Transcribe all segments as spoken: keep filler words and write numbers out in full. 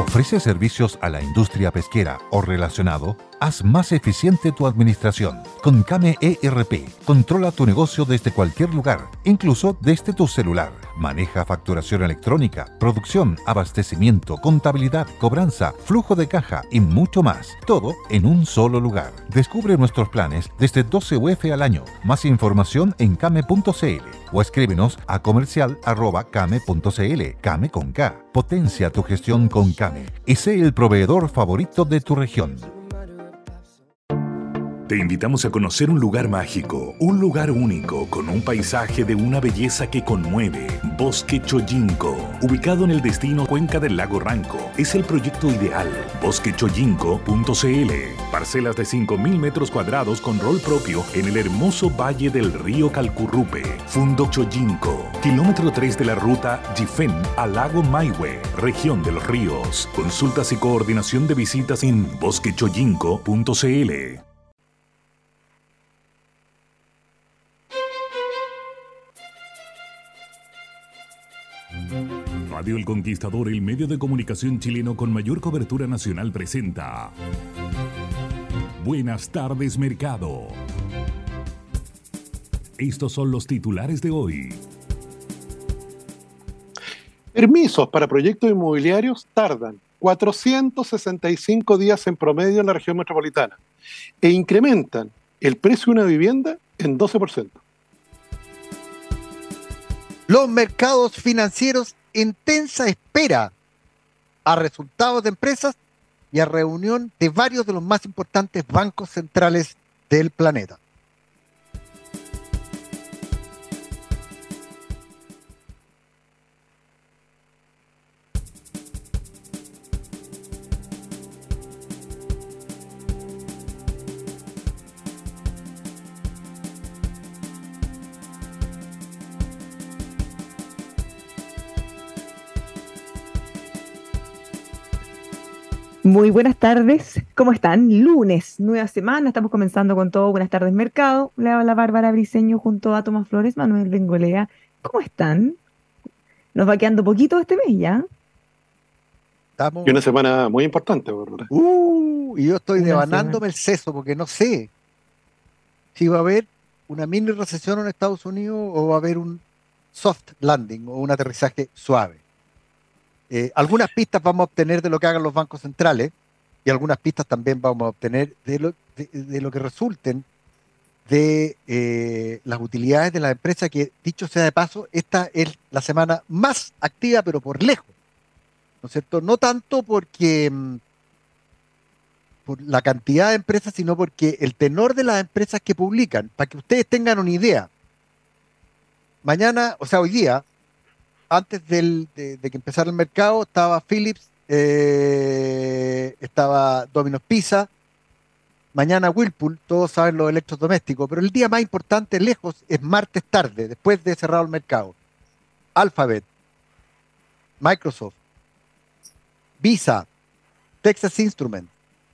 ¿Ofrece servicios a la industria pesquera o relacionado? Haz más eficiente tu administración. Con Kame E R P, controla tu negocio desde cualquier lugar, incluso desde tu celular. Maneja facturación electrónica, producción, abastecimiento, contabilidad, cobranza, flujo de caja y mucho más. Todo en un solo lugar. Descubre nuestros planes desde doce U F al año. Más información en kame punto c l o escríbenos a comercial arroba kame punto c l. Kame con K. Potencia tu gestión con Kame y sé el proveedor favorito de tu región. Te invitamos a conocer un lugar mágico, un lugar único, con un paisaje de una belleza que conmueve. Bosque Chojinco, ubicado en el destino Cuenca del Lago Ranco, es el proyecto ideal. bosque chojinco punto c l. Parcelas de cinco mil metros cuadrados con rol propio en el hermoso valle del río Calcurrupe. Fundo Chojinco, kilómetro tres de la ruta Jifén al lago Maihue, región de los ríos. Consultas y coordinación de visitas en bosque chojinco punto c l. Radio El Conquistador, el medio de comunicación chileno con mayor cobertura nacional, presenta Buenas tardes, Mercado. Estos son los titulares de hoy. Permisos para proyectos inmobiliarios tardan cuatrocientos sesenta y cinco días en promedio en la región metropolitana e incrementan el precio de una vivienda en doce por ciento. Los mercados financieros en tensa espera a resultados de empresas y a reunión de varios de los más importantes bancos centrales del planeta. Muy buenas tardes, ¿cómo están? Lunes, nueva semana, estamos comenzando con todo. Buenas tardes, Mercado. Le habla Bárbara Briceño junto a Tomás Flores, Manuel Bengolea. ¿Cómo están? Nos va quedando poquito este mes ya. Estamos... Y una semana muy importante, Bárbara. Uh, y yo estoy Una devanándome semana. el seso porque no sé si va a haber una mini recesión en Estados Unidos o va a haber un soft landing o un aterrizaje suave. Eh, algunas pistas vamos a obtener de lo que hagan los bancos centrales y algunas pistas también vamos a obtener de lo, de, de lo que resulten de eh, las utilidades de las empresas, que, dicho sea de paso, esta es la semana más activa, pero por lejos, ¿no es cierto? No tanto porque mm, por la cantidad de empresas, sino porque el tenor de las empresas que publican, para que ustedes tengan una idea. Mañana, o sea, hoy día, antes del, de, de que empezara el mercado, estaba Philips, eh, estaba Domino's Pizza, mañana Whirlpool, todos saben los electrodomésticos, pero el día más importante lejos es martes tarde, después de cerrado el mercado. Alphabet, Microsoft, Visa, Texas Instruments,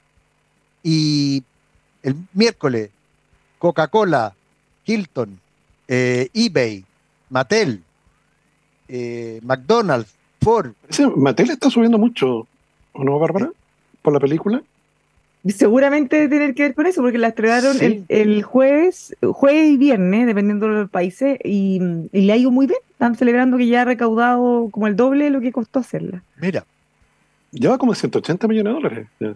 y el miércoles Coca-Cola, Hilton, eh, eBay, Mattel, Eh, McDonald's, Ford. Ese Mattel está subiendo mucho, ¿o no, Bárbara? ¿Por la película? Seguramente debe tener que ver con eso, porque la estrenaron Sí. el, el jueves, jueves y viernes, dependiendo de los países, y, y le ha ido muy bien. Están celebrando que ya ha recaudado como el doble de lo que costó hacerla. Mira, Lleva como ciento ochenta millones de dólares. Ya.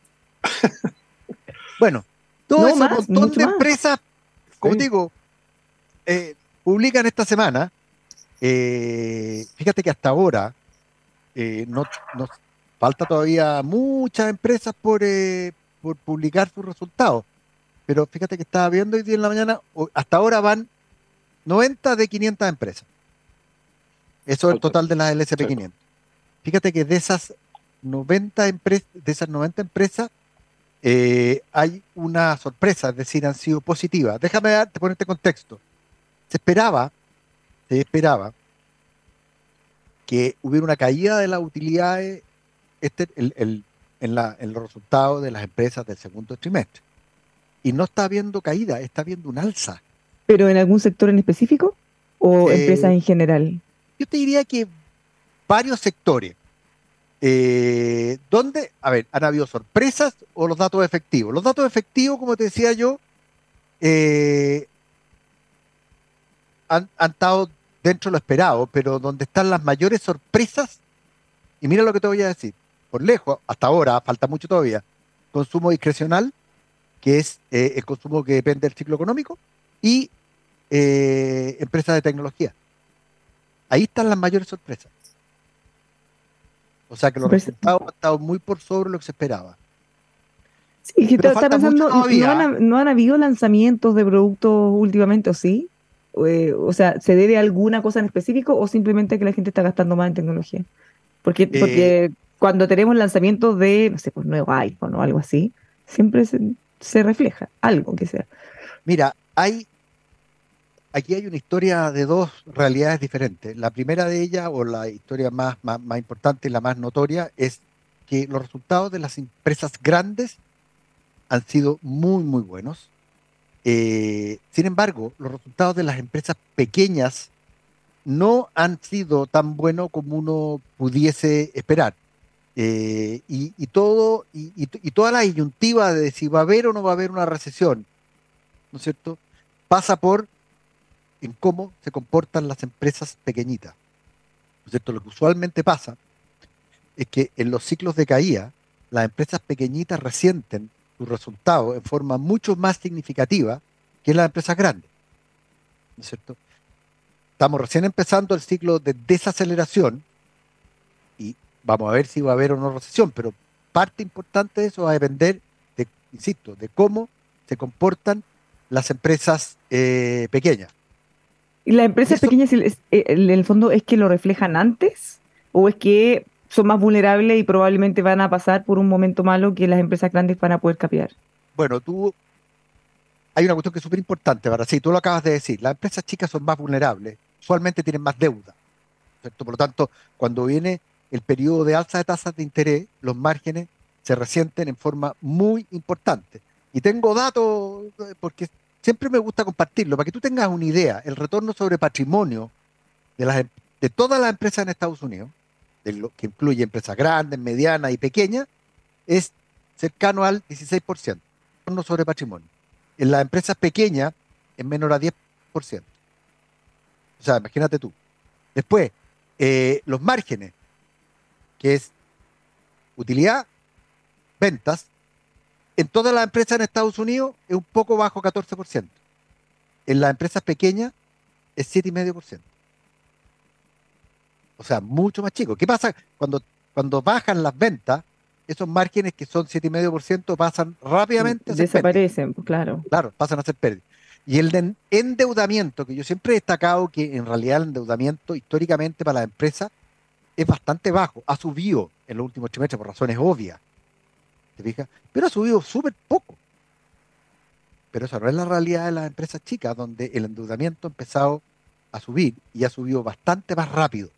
bueno, todo No ese más, montón mucho de más. empresas, como Sí. te digo, eh, publican esta semana. Eh, fíjate que hasta ahora eh, no, nos falta todavía muchas empresas por, eh, por publicar sus resultados, pero fíjate que estaba viendo hoy día en la mañana, o- hasta ahora van noventa de quinientas empresas. Eso es el Falta. total de las del S and P Sí. quinientos. Fíjate que de esas noventa empresas, de esas noventa empresas, eh, hay una sorpresa, es decir, han sido positivas. Déjame darte, ponerte contexto. Se esperaba, se esperaba que hubiera una caída de las utilidades este, el, el- en, la- en los resultados de las empresas del segundo trimestre. Y no está habiendo caída, está habiendo un alza. ¿Pero en algún sector en específico o Eh, empresas en general? Yo te diría que varios sectores. Eh, ¿Dónde? A ver, ¿han habido sorpresas o los datos efectivos? Los datos efectivos, como te decía yo, eh, han, han estado dentro de lo esperado, pero donde están las mayores sorpresas, y mira lo que te voy a decir, por lejos, hasta ahora, falta mucho todavía, consumo discrecional, que es eh, el consumo que depende del ciclo económico, y eh, empresas de tecnología. Ahí están las mayores sorpresas. O sea que los Sorpresa. resultados han estado muy por sobre lo que se esperaba. Sí, que Pero está, está falta mucho pensando, ¿no todavía. han, no han habido lanzamientos de productos últimamente, o sí? O, eh, o sea, ¿se debe a alguna cosa en específico o simplemente que la gente está gastando más en tecnología? Porque, Eh, porque cuando tenemos lanzamientos de, no sé, pues nuevo iPhone o algo así, siempre se, se refleja algo que sea. Mira, hay aquí hay una historia de dos realidades diferentes. La primera de ellas, o la historia más, más, más importante y la más notoria, es que los resultados de las empresas grandes han sido muy, muy buenos. Eh, sin embargo, los resultados de las empresas pequeñas no han sido tan buenos como uno pudiese esperar. Eh, y, y todo, y, y, y toda la disyuntiva de si va a haber o no va a haber una recesión, ¿no es cierto?, pasa por en cómo se comportan las empresas pequeñitas. ¿No es cierto? Lo que usualmente pasa es que en los ciclos de caída, las empresas pequeñitas resienten sus resultados en forma mucho más significativa que las empresas grandes. ¿No es cierto? Estamos recién empezando el ciclo de desaceleración y vamos a ver si va a haber o no recesión, pero parte importante de eso va a depender, de, insisto, de cómo se comportan las empresas eh, pequeñas. ¿Y las empresas Eso, pequeñas, el- es- eh, en el fondo, es que lo reflejan antes? ¿O es que son más vulnerables y probablemente van a pasar por un momento malo que las empresas grandes van a poder capear? bueno, tú, hay una cuestión que es súper importante, para sí, tú lo acabas de decir, las empresas chicas son más vulnerables, usualmente tienen más deuda, ¿cierto? Por lo tanto, cuando viene el periodo de alza de tasas de interés, los márgenes se resienten en forma muy importante. Y tengo datos, eh, porque siempre me gusta compartirlo, para que tú tengas una idea, el retorno sobre patrimonio de, las, em- de todas las empresas en Estados Unidos, de lo que incluye empresas grandes, medianas y pequeñas, es cercano al dieciséis por ciento, retorno sobre patrimonio. En las empresas pequeñas es menor a diez por ciento. O sea, imagínate tú. Después, eh, los márgenes, que es utilidad, ventas, en todas las empresas en Estados Unidos es un poco bajo catorce por ciento. En las empresas pequeñas es siete coma cinco por ciento. O sea, mucho más chico. ¿Qué pasa cuando, cuando bajan las ventas? Esos márgenes que son siete coma cinco por ciento pasan rápidamente a ser pérdidas. Desaparecen, pues claro. Claro, pasan a ser pérdidas. Y el de endeudamiento, que yo siempre he destacado que en realidad el endeudamiento históricamente para las empresas es bastante bajo. Ha subido en los últimos trimestres por razones obvias, ¿te fijas? Pero ha subido súper poco. Pero esa no es la realidad de las empresas chicas, donde el endeudamiento ha empezado a subir y ha subido bastante más rápido.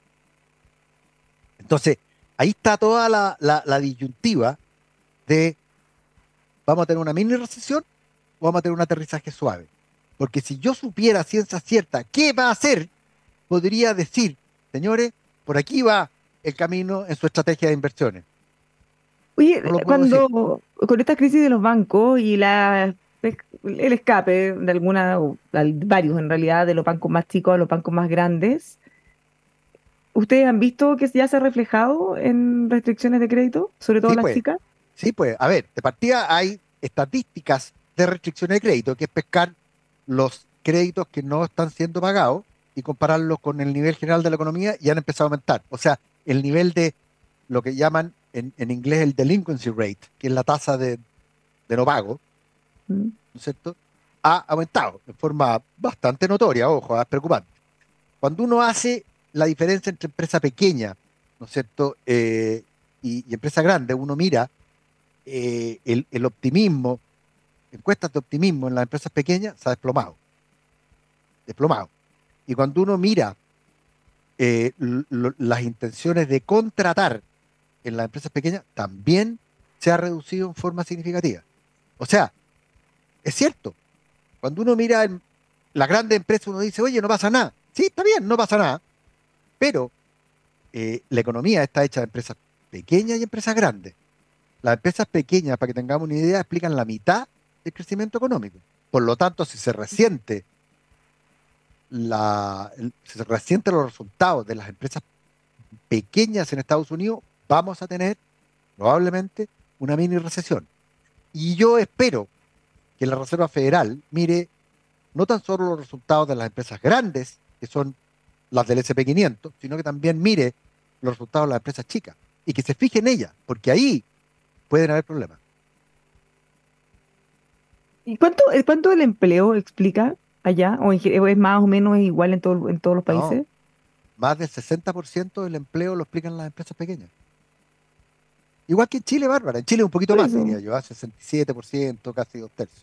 Entonces, ahí está toda la, la, la disyuntiva de ¿vamos a tener una mini recesión o vamos a tener un aterrizaje suave? Porque si yo supiera a ciencia cierta qué va a hacer, podría decir, señores, por aquí va el camino en su estrategia de inversiones. Oye, No lo puedo cuando con esta crisis de los bancos y la, el escape de alguna, o al- varios en realidad, de los bancos más chicos a los bancos más grandes, ¿ustedes han visto que ya se ha reflejado en restricciones de crédito, sobre todo Sí, las pues, chicas? sí, pues, a ver, de partida hay estadísticas de restricciones de crédito, que es pescar los créditos que no están siendo pagados y compararlos con el nivel general de la economía y han empezado a aumentar. O sea, el nivel de lo que llaman en, en inglés el delinquency rate, que es la tasa de, de no pago, Mm. ¿no es cierto?, ha aumentado de forma bastante notoria, ojo, es preocupante. Cuando uno hace la diferencia entre empresa pequeña, ¿no es cierto?, eh, y, y empresa grande, uno mira eh, el, el optimismo, encuestas de optimismo en las empresas pequeñas, se ha desplomado, desplomado. Y cuando uno mira eh, l- lo- las intenciones de contratar en las empresas pequeñas, también se ha reducido en forma significativa. O sea, es cierto, cuando uno mira en las grandes empresas, uno dice, oye, no pasa nada. Sí, está bien, no pasa nada, pero eh, la economía está hecha de empresas pequeñas y empresas grandes. Las empresas pequeñas, para que tengamos una idea, explican la mitad del crecimiento económico. Por lo tanto, si se resiente la, si se resienten los resultados de las empresas pequeñas en Estados Unidos, vamos a tener probablemente una mini recesión. Y yo espero que la Reserva Federal mire no tan solo los resultados de las empresas grandes, que son las del ese and pe quinientos, sino que también mire los resultados de las empresas chicas y que se fije en ellas, porque ahí pueden haber problemas. ¿Y cuánto, cuánto el empleo explica allá? ¿O es más o menos igual en, todo, en todos los países? No, más del sesenta por ciento del empleo lo explican las empresas pequeñas. Igual que en Chile, Bárbara. En Chile un poquito Por más, eso. diría yo, a sesenta y siete por ciento, casi dos tercios.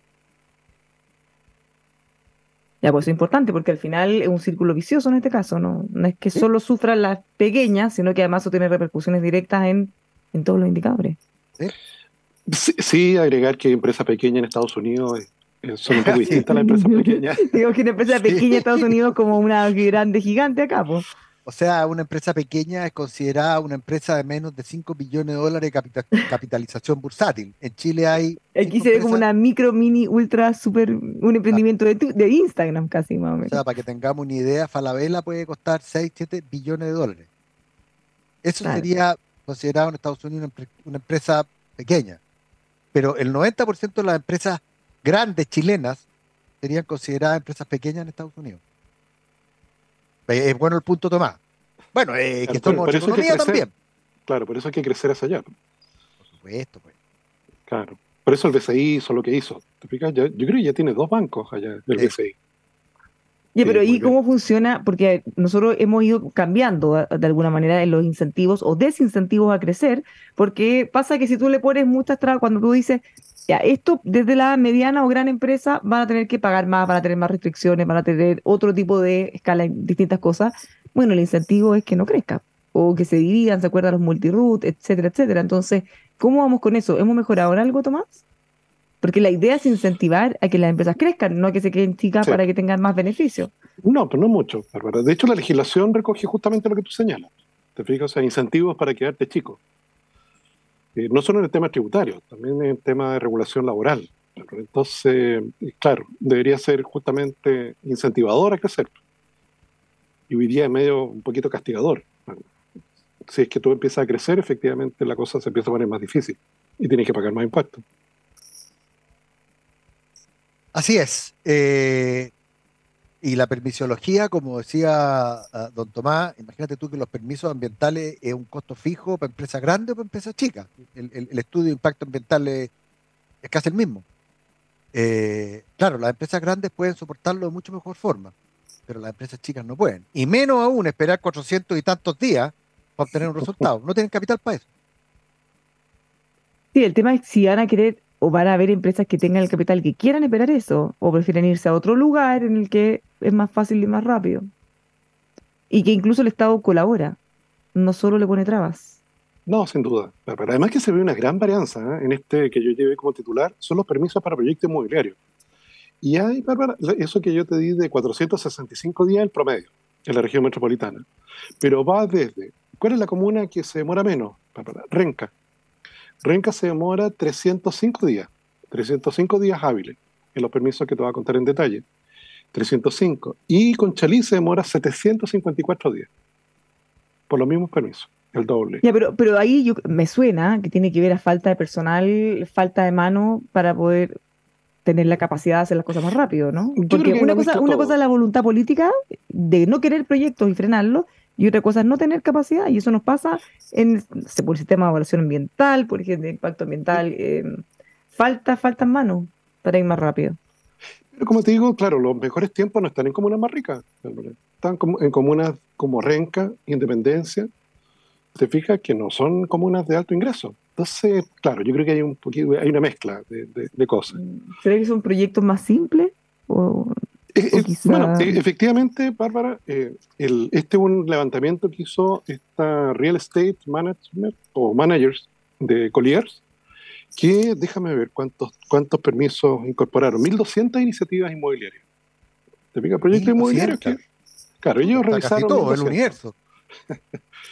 Ya, pues eso es importante porque al final es un círculo vicioso en este caso, ¿no? No es que Sí. solo sufran las pequeñas, sino que además eso tiene repercusiones directas en, en todos los indicadores. ¿Sí? Sí, sí, agregar que empresas pequeñas en Estados Unidos eh, eh, son un poco Sí. distintas a las empresas pequeñas. Digo que una empresa Sí. pequeña en Estados Unidos como una grande gigante acá, pues. O sea, una empresa pequeña es considerada una empresa de menos de cinco billones de dólares de capita- capitalización bursátil. En Chile hay Aquí cinco se ve como empresas. una micro, mini, ultra, super, un emprendimiento de, tu- de Instagram casi más o O menos. sea, para que tengamos una idea, Falabella puede costar seis, siete billones de dólares. Eso Claro. sería considerado en Estados Unidos una, empre- una empresa pequeña. Pero el noventa por ciento de las empresas grandes chilenas serían consideradas empresas pequeñas en Estados Unidos. Eh, Es bueno el punto, Tomás. Bueno, eh, Claro, que por- somos por eso hay que economía crecer. también. Claro, por eso hay que crecer hacia allá. Por supuesto, pues. Claro. Por eso el B C I hizo lo que hizo. ¿Te fijas? Ya- yo creo que ya tiene dos bancos allá del Sí. B C I. Ya, Sí, pero muy ¿y bien. cómo funciona? Porque nosotros hemos ido cambiando a- de alguna manera en los incentivos o desincentivos a crecer, porque pasa que si tú le pones muchas trabas, cuando tú dices, ya, esto desde la mediana o gran empresa van a tener que pagar más, van a tener más restricciones, van a tener otro tipo de escala en distintas cosas, bueno, el incentivo es que no crezca, o que se dividan, se acuerdan los multiroot, etcétera, etcétera. Entonces, ¿cómo vamos con eso? ¿Hemos mejorado en algo, Tomás? Porque la idea es incentivar a que las empresas crezcan, no a que se queden chicas Sí. para que tengan más beneficios. No, pero no mucho, Bárbara. De hecho, la legislación recoge justamente lo que tú señalas. ¿Te fijas? O sea, incentivos para quedarte chico. Eh, no solo en el tema tributario, también en el tema de regulación laboral. Entonces, eh, claro, debería ser justamente incentivador a crecer. Y hoy día es medio un poquito castigador. Si es que tú empiezas a crecer, efectivamente la cosa se empieza a poner más difícil y tienes que pagar más impuestos. Así es. Eh, y la permisología, como decía uh, don Tomás, imagínate tú que los permisos ambientales es un costo fijo para empresas grandes o para empresas chicas. El, el- el estudio de impacto ambiental es, es casi el mismo. Eh, claro, las empresas grandes pueden soportarlo de mucho mejor forma, pero las empresas chicas no pueden. Y menos aún esperar cuatrocientos y tantos días para obtener un resultado. No tienen capital para eso. Sí, el tema es si van a querer o van a haber empresas que tengan el capital que quieran esperar eso, o prefieren irse a otro lugar en el que es más fácil y más rápido. Y que incluso el Estado colabora, no solo le pone trabas. No, sin duda. Pero además que se ve una gran varianza ¿eh? en este que yo llevé como titular, son los permisos para proyectos inmobiliarios. Y hay, Bárbara, eso que yo te di de cuatrocientos sesenta y cinco días el promedio en la región metropolitana. Pero va desde, ¿cuál es la comuna que se demora menos, Bárbara? Renca. Renca se demora trescientos cinco días, trescientos cinco días hábiles en los permisos que te voy a contar en detalle. trescientos cinco. Y Conchalí se demora setecientos cincuenta y cuatro días por los mismos permisos, el doble. Ya, pero, pero ahí yo, me suena que tiene que ver a falta de personal, falta de mano para poder tener la capacidad de hacer las cosas más rápido, ¿no? Yo creo Porque que una lo cosa, mezcla una todo. cosa es la voluntad política de no querer proyectos y frenarlos, y otra cosa es no tener capacidad, y eso nos pasa en no sé, por el sistema de evaluación ambiental, por ejemplo, de impacto ambiental. eh, falta, faltan manos para ir más rápido. Pero como te digo, claro, los mejores tiempos no están en comunas más ricas, Bárbara. Están como- en comunas como Renca, Independencia. Te fijas que no son comunas de alto ingreso. Entonces, claro, yo creo que hay un poquito, hay una mezcla de, de- de cosas. ¿Será que son proyectos más simples? O, Eh, o eh, quizá- Bueno, eh, efectivamente, Bárbara, eh, el, este es un levantamiento que hizo esta Real Estate Management o Managers de Colliers, que déjame ver cuántos, cuántos permisos incorporaron. mil doscientas iniciativas inmobiliarias. ¿Te fijas? Proyectos mil inmobiliarios que, doscientas. claro, ellos Está casi revisaron todo el mil doscientos. universo.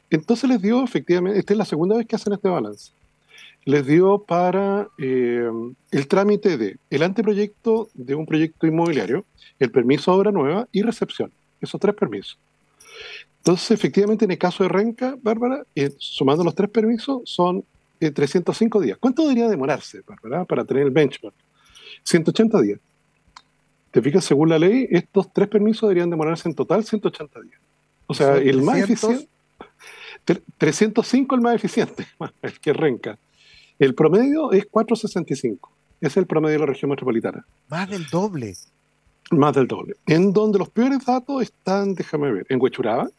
Entonces les dio, efectivamente, esta es la segunda vez que hacen este balance, les dio para eh, el trámite de el anteproyecto de un proyecto inmobiliario, el permiso de obra nueva y recepción. Esos tres permisos. Entonces, efectivamente, en el caso de Renca, Bárbara, eh, sumando los tres permisos, son eh, trescientos cinco días. ¿Cuánto debería demorarse, Bárbara, para tener el benchmark? ciento ochenta días. ¿Te fijas? Según la ley, estos tres permisos deberían demorarse en total ciento ochenta días. O sea, el trescientos. más eficiente, trescientos cinco el más eficiente, el que Renca. El promedio es cuatrocientos sesenta y cinco. Ese es el promedio de la región metropolitana. Más del doble. Más del doble. En donde los peores datos están, déjame ver, en Huechuraba,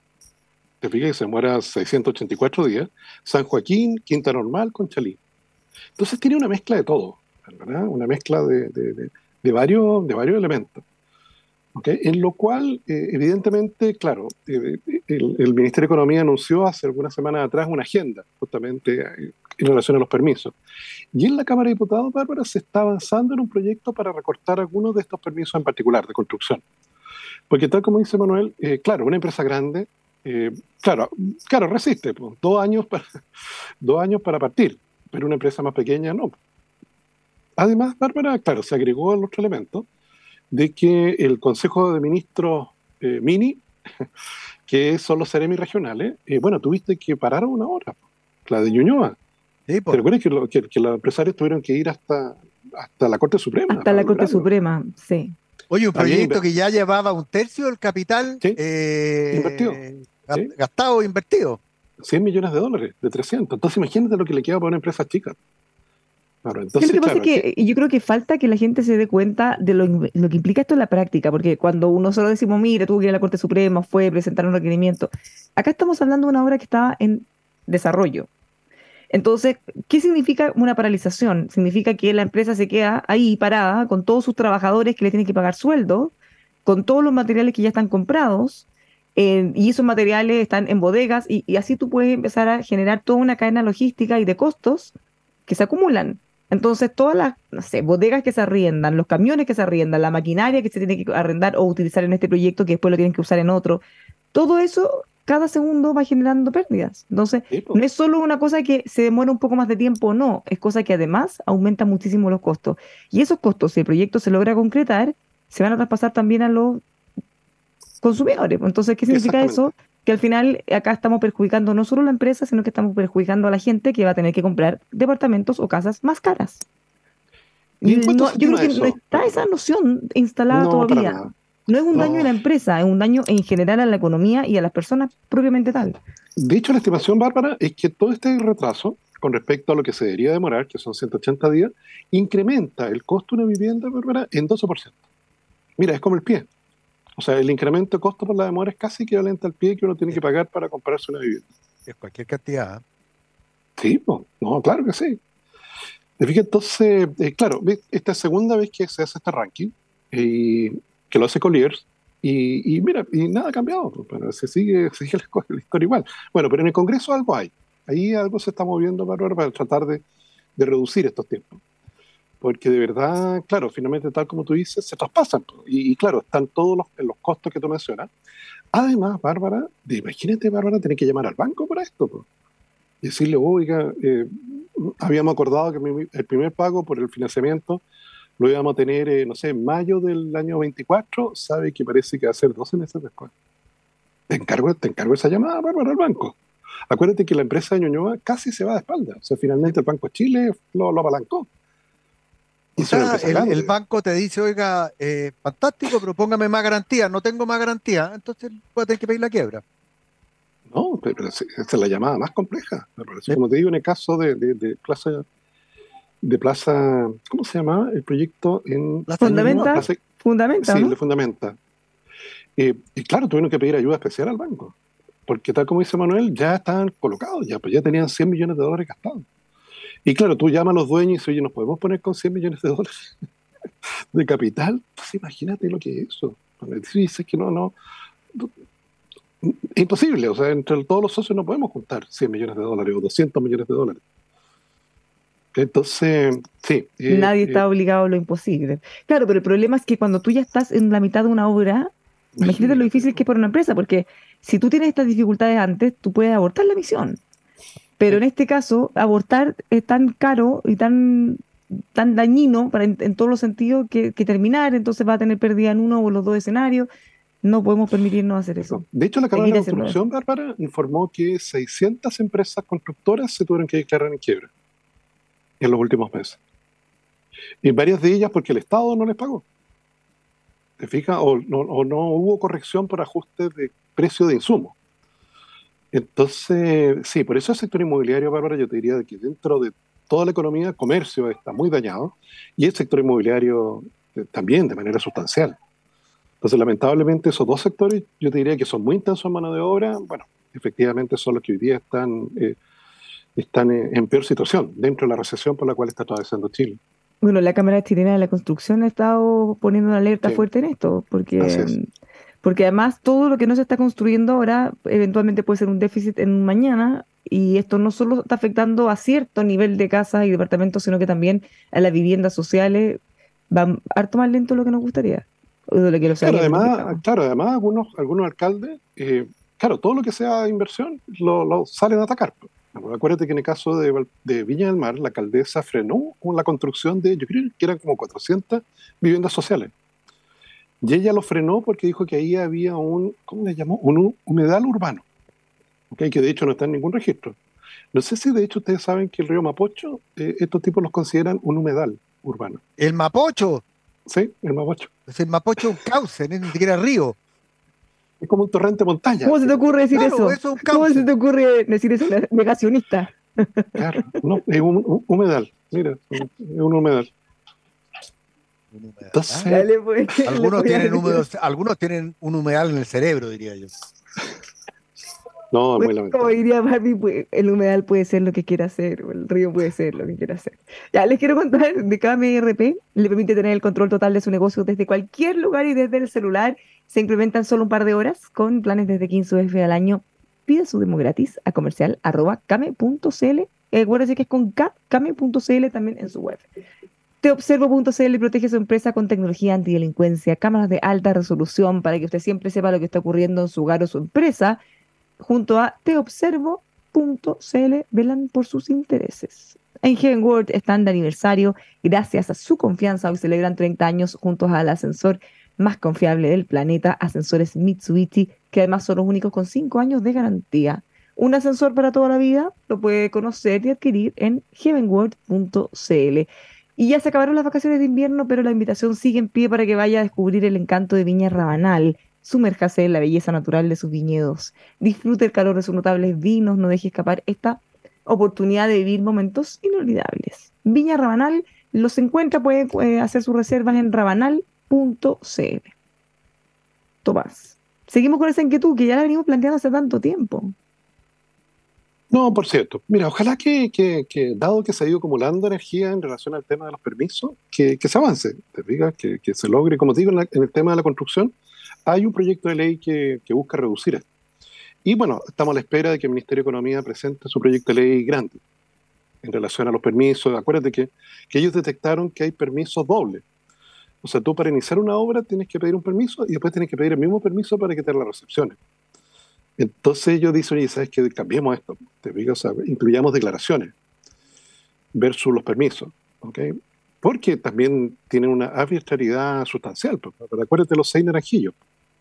te fijas que se demora seiscientos ochenta y cuatro días, San Joaquín, Quinta Normal, Conchalí. Entonces tiene una mezcla de todo, ¿verdad? Una mezcla de, de, de, de, varios, de varios elementos. ¿Okay? En lo cual, eh, evidentemente, claro, eh, el, el Ministerio de Economía anunció hace algunas semanas atrás una agenda, justamente eh, en relación a los permisos. Y en la Cámara de Diputados, Bárbara, se está avanzando en un proyecto para recortar algunos de estos permisos en particular, de construcción. Porque tal como dice Manuel, eh, claro, una empresa grande, eh, claro, claro, resiste, pues, dos años para, dos años para partir, pero una empresa más pequeña no. Además, Bárbara, claro, se agregó el otro elemento de que el Consejo de Ministros eh, mini, que son los Ceremi regionales, eh, bueno, tuviste que parar una hora, la de Ñuñoa. Sí, ¿Te recuerdas que, lo, que, que los empresarios tuvieron que ir hasta, hasta la Corte Suprema? Hasta la Corte Suprema, sí. Oye, un proyecto También, que ya llevaba un tercio del capital sí, eh, invertido, ¿sí? Gastado o invertido. cien millones de dólares, de trescientos. Entonces imagínate lo que le queda para una empresa chica. Claro, entonces, Sí, lo que pasa claro, es que yo creo que falta que la gente se dé cuenta de lo, lo que implica esto en la práctica, porque cuando uno solo decimos, mira, tuvo que ir a la Corte Suprema, fue presentar un requerimiento, acá estamos hablando de una obra que estaba en desarrollo. Entonces, ¿qué significa una paralización? Significa que la empresa se queda ahí parada con todos sus trabajadores que le tienen que pagar sueldo, con todos los materiales que ya están comprados, eh, y esos materiales están en bodegas, y, y así tú puedes empezar a generar toda una cadena logística y de costos que se acumulan. Entonces, todas las, no sé, bodegas que se arriendan, los camiones que se arriendan, la maquinaria que se tiene que arrendar o utilizar en este proyecto que después lo tienen que usar en otro, todo eso, cada segundo va generando pérdidas. Entonces, sí, pues. no es solo una cosa que se demora un poco más de tiempo o no, es cosa que además aumenta muchísimo los costos. Y esos costos, si el proyecto se logra concretar, se van a traspasar también a los consumidores. Entonces, ¿qué significa eso? Que al final acá estamos perjudicando no solo a la empresa, sino que estamos perjudicando a la gente que va a tener que comprar departamentos o casas más caras. ¿Y en cuánto No, se yo creo estima que no eso? está esa noción instalada No, para todavía. nada. No es un daño No. a la empresa, es un daño en general a la economía y a las personas propiamente tal. De hecho, la estimación, Bárbara, es que todo este retraso, con respecto a lo que se debería demorar, que son ciento ochenta días, incrementa el costo de una vivienda, Bárbara, en doce por ciento. Mira, es como el pie. O sea, el incremento de costo por la demora es casi equivalente al pie que uno tiene que pagar para comprarse una vivienda. Es cualquier cantidad. Sí, pues, no, claro que sí. ¿Te fijas? Entonces, eh, claro, esta es la segunda vez que se hace este ranking, eh, que lo hace Colliers, y, y mira, y nada ha cambiado, pues, pero se sigue, sigue la, la historia igual. Bueno, pero en el Congreso algo hay. Ahí algo se está moviendo, Bárbara, para tratar de, de reducir estos tiempos. Porque de verdad, claro, finalmente, tal como tú dices, se traspasan. Y, y claro, están todos los, los costos que tú mencionas. Además, Bárbara, de, imagínate, Bárbara, tener que llamar al banco para esto. Pues. Y decirle, oiga, eh, habíamos acordado que mi, el primer pago por el financiamiento lo íbamos a tener, eh, no sé, en mayo del año veinticuatro, sabe que parece que va a ser doce meses después. Te encargo, te encargo esa llamada, Bárbara, al banco. Acuérdate que la empresa de Ñuñoa casi se va de espalda. O sea, finalmente el Banco de Chile lo, lo apalancó. O sea, el, el banco te dice, oiga, eh, fantástico, pero póngame más garantía. No tengo más garantía, entonces voy a tener que pedir la quiebra. No, pero, pero esa es la llamada más compleja. ¿Sí? Como te digo, en el caso de, de, de Plaza, de Plaza, ¿cómo se llama el proyecto? En Fundamenta. Plaza, fundamenta, sí, ¿no? le Fundamenta. Eh, y claro, tuvieron que pedir ayuda especial al banco. Porque tal como dice Manuel, ya estaban colocados, ya, pues ya tenían cien millones de dólares gastados. Y claro, tú llamas a los dueños y dices, oye, ¿nos podemos poner con cien millones de dólares de capital? Pues imagínate lo que es eso. Dices que no, no, no, es imposible. O sea, entre todos los socios no podemos juntar cien millones de dólares o doscientos millones de dólares. Entonces, sí. Nadie eh, está eh, obligado a lo imposible. Claro, pero el problema es que cuando tú ya estás en la mitad de una obra, Imagínate lo difícil que es para una empresa, porque si tú tienes estas dificultades antes, tú puedes abortar la misión. Pero en este caso, abortar es tan caro y tan, tan dañino para en, en todos los sentidos que, que terminar, entonces va a tener pérdida en uno o los dos escenarios. No podemos permitirnos hacer eso. De hecho, la Cámara Seguir de haciendo Construcción, eso. Bárbara, informó que seiscientas empresas constructoras se tuvieron que declarar en quiebra en los últimos meses. Y varias de ellas porque el Estado no les pagó. ¿Te fijas? O no, o no hubo corrección por ajustes de precio de insumos. Entonces, sí, por eso el sector inmobiliario, Bárbara, yo te diría que dentro de toda la economía, el comercio está muy dañado y el sector inmobiliario eh, también de manera sustancial. Entonces, lamentablemente, esos dos sectores, yo te diría que son muy intensos en mano de obra, bueno, efectivamente son los que hoy día están, eh, están eh, en peor situación dentro de la recesión por la cual está atravesando Chile. Bueno, la Cámara Chilena de la Construcción ha estado poniendo una alerta Sí. fuerte en esto, porque, Así es. porque además todo lo que no se está construyendo ahora eventualmente puede ser un déficit en un mañana, y esto no solo está afectando a cierto nivel de casas y departamentos, sino que también a las viviendas sociales. Va harto más lento de lo que nos gustaría, o de lo que lo Claro, sabíamos. además, claro, además algunos, algunos alcaldes, eh, claro, todo lo que sea inversión lo, lo salen a atacar. Bueno, acuérdate que en el caso de, Val- de Viña del Mar, la alcaldesa frenó con la construcción de, yo creo que eran como cuatrocientas viviendas sociales. Y ella lo frenó porque dijo que ahí había un, ¿cómo le llamó? Un hu- humedal urbano, ¿ok? Que de hecho no está en ningún registro. No sé si de hecho ustedes saben que el río Mapocho, eh, estos tipos los consideran un humedal urbano. El Mapocho, ¿Sí? El Mapocho. es el Mapocho es un cauce, no es ni siquiera río. Es como un torrente de montaña. ¿Cómo se te ocurre decir Claro, eso? eso es un ¿Cómo cauce. se te ocurre decir eso, negacionista? Claro, no, es un, un humedal. Mira, es un humedal. Un humedal, Entonces, ¿ah? Dale, pues, le Algunos voy a tienen, decir. húmedos, algunos tienen un humedal en el cerebro, diría yo. no, es muy Bueno, como lamentable. diría Barbie, pues, el humedal puede ser lo que quiera hacer, o el río puede ser lo que quiera hacer. Ya, les quiero contar de K M R P, le permite tener el control total de su negocio desde cualquier lugar y desde el celular. Se implementa en solo un par de horas con planes desde quince U F al año. Pida su demo gratis a comercial arroba kame punto cl. Eh, acuérdense que es con K, kame punto cl también en su web. Teobservo punto cl protege su empresa con tecnología antidelincuencia, cámaras de alta resolución para que usted siempre sepa lo que está ocurriendo en su hogar o su empresa. Junto a teobservo punto cl velan por sus intereses. En Heaven World están de aniversario. Gracias a su confianza, hoy celebran treinta años juntos al ascensor más confiable del planeta, Ascensores Mitsubishi, que además son los únicos con cinco años de garantía. Un ascensor para toda la vida, lo puede conocer y adquirir en heaven world punto cl. Y ya se acabaron las vacaciones de invierno, pero la invitación sigue en pie para que vaya a descubrir el encanto de Viña Rabanal. Sumérjase en la belleza natural de sus viñedos. Disfrute el calor de sus notables vinos. No deje escapar esta oportunidad de vivir momentos inolvidables. Viña Rabanal los encuentra, puede eh, hacer sus reservas en rabanal punto cl. Tomás, seguimos con esa inquietud que ya la venimos planteando hace tanto tiempo. No, por cierto, mira, ojalá que, que, que, dado que se ha ido acumulando energía en relación al tema de los permisos, que, que se avance, te digas, que, que se logre, como te digo, en, la, en el tema de la construcción, hay un proyecto de ley que, que busca reducir esto. Y bueno, estamos a la espera de que el Ministerio de Economía presente su proyecto de ley grande en relación a los permisos. Acuérdate que, que ellos detectaron que hay permisos dobles. O sea, tú para iniciar una obra tienes que pedir un permiso y después tienes que pedir el mismo permiso para que te la recepcionen. Entonces ellos dicen, oye, ¿sabes qué? Cambiemos esto, te digo, o sea, incluyamos declaraciones versus los permisos, ¿ok? Porque también tienen una arbitrariedad sustancial. Pero acuérdate los seis naranjillos.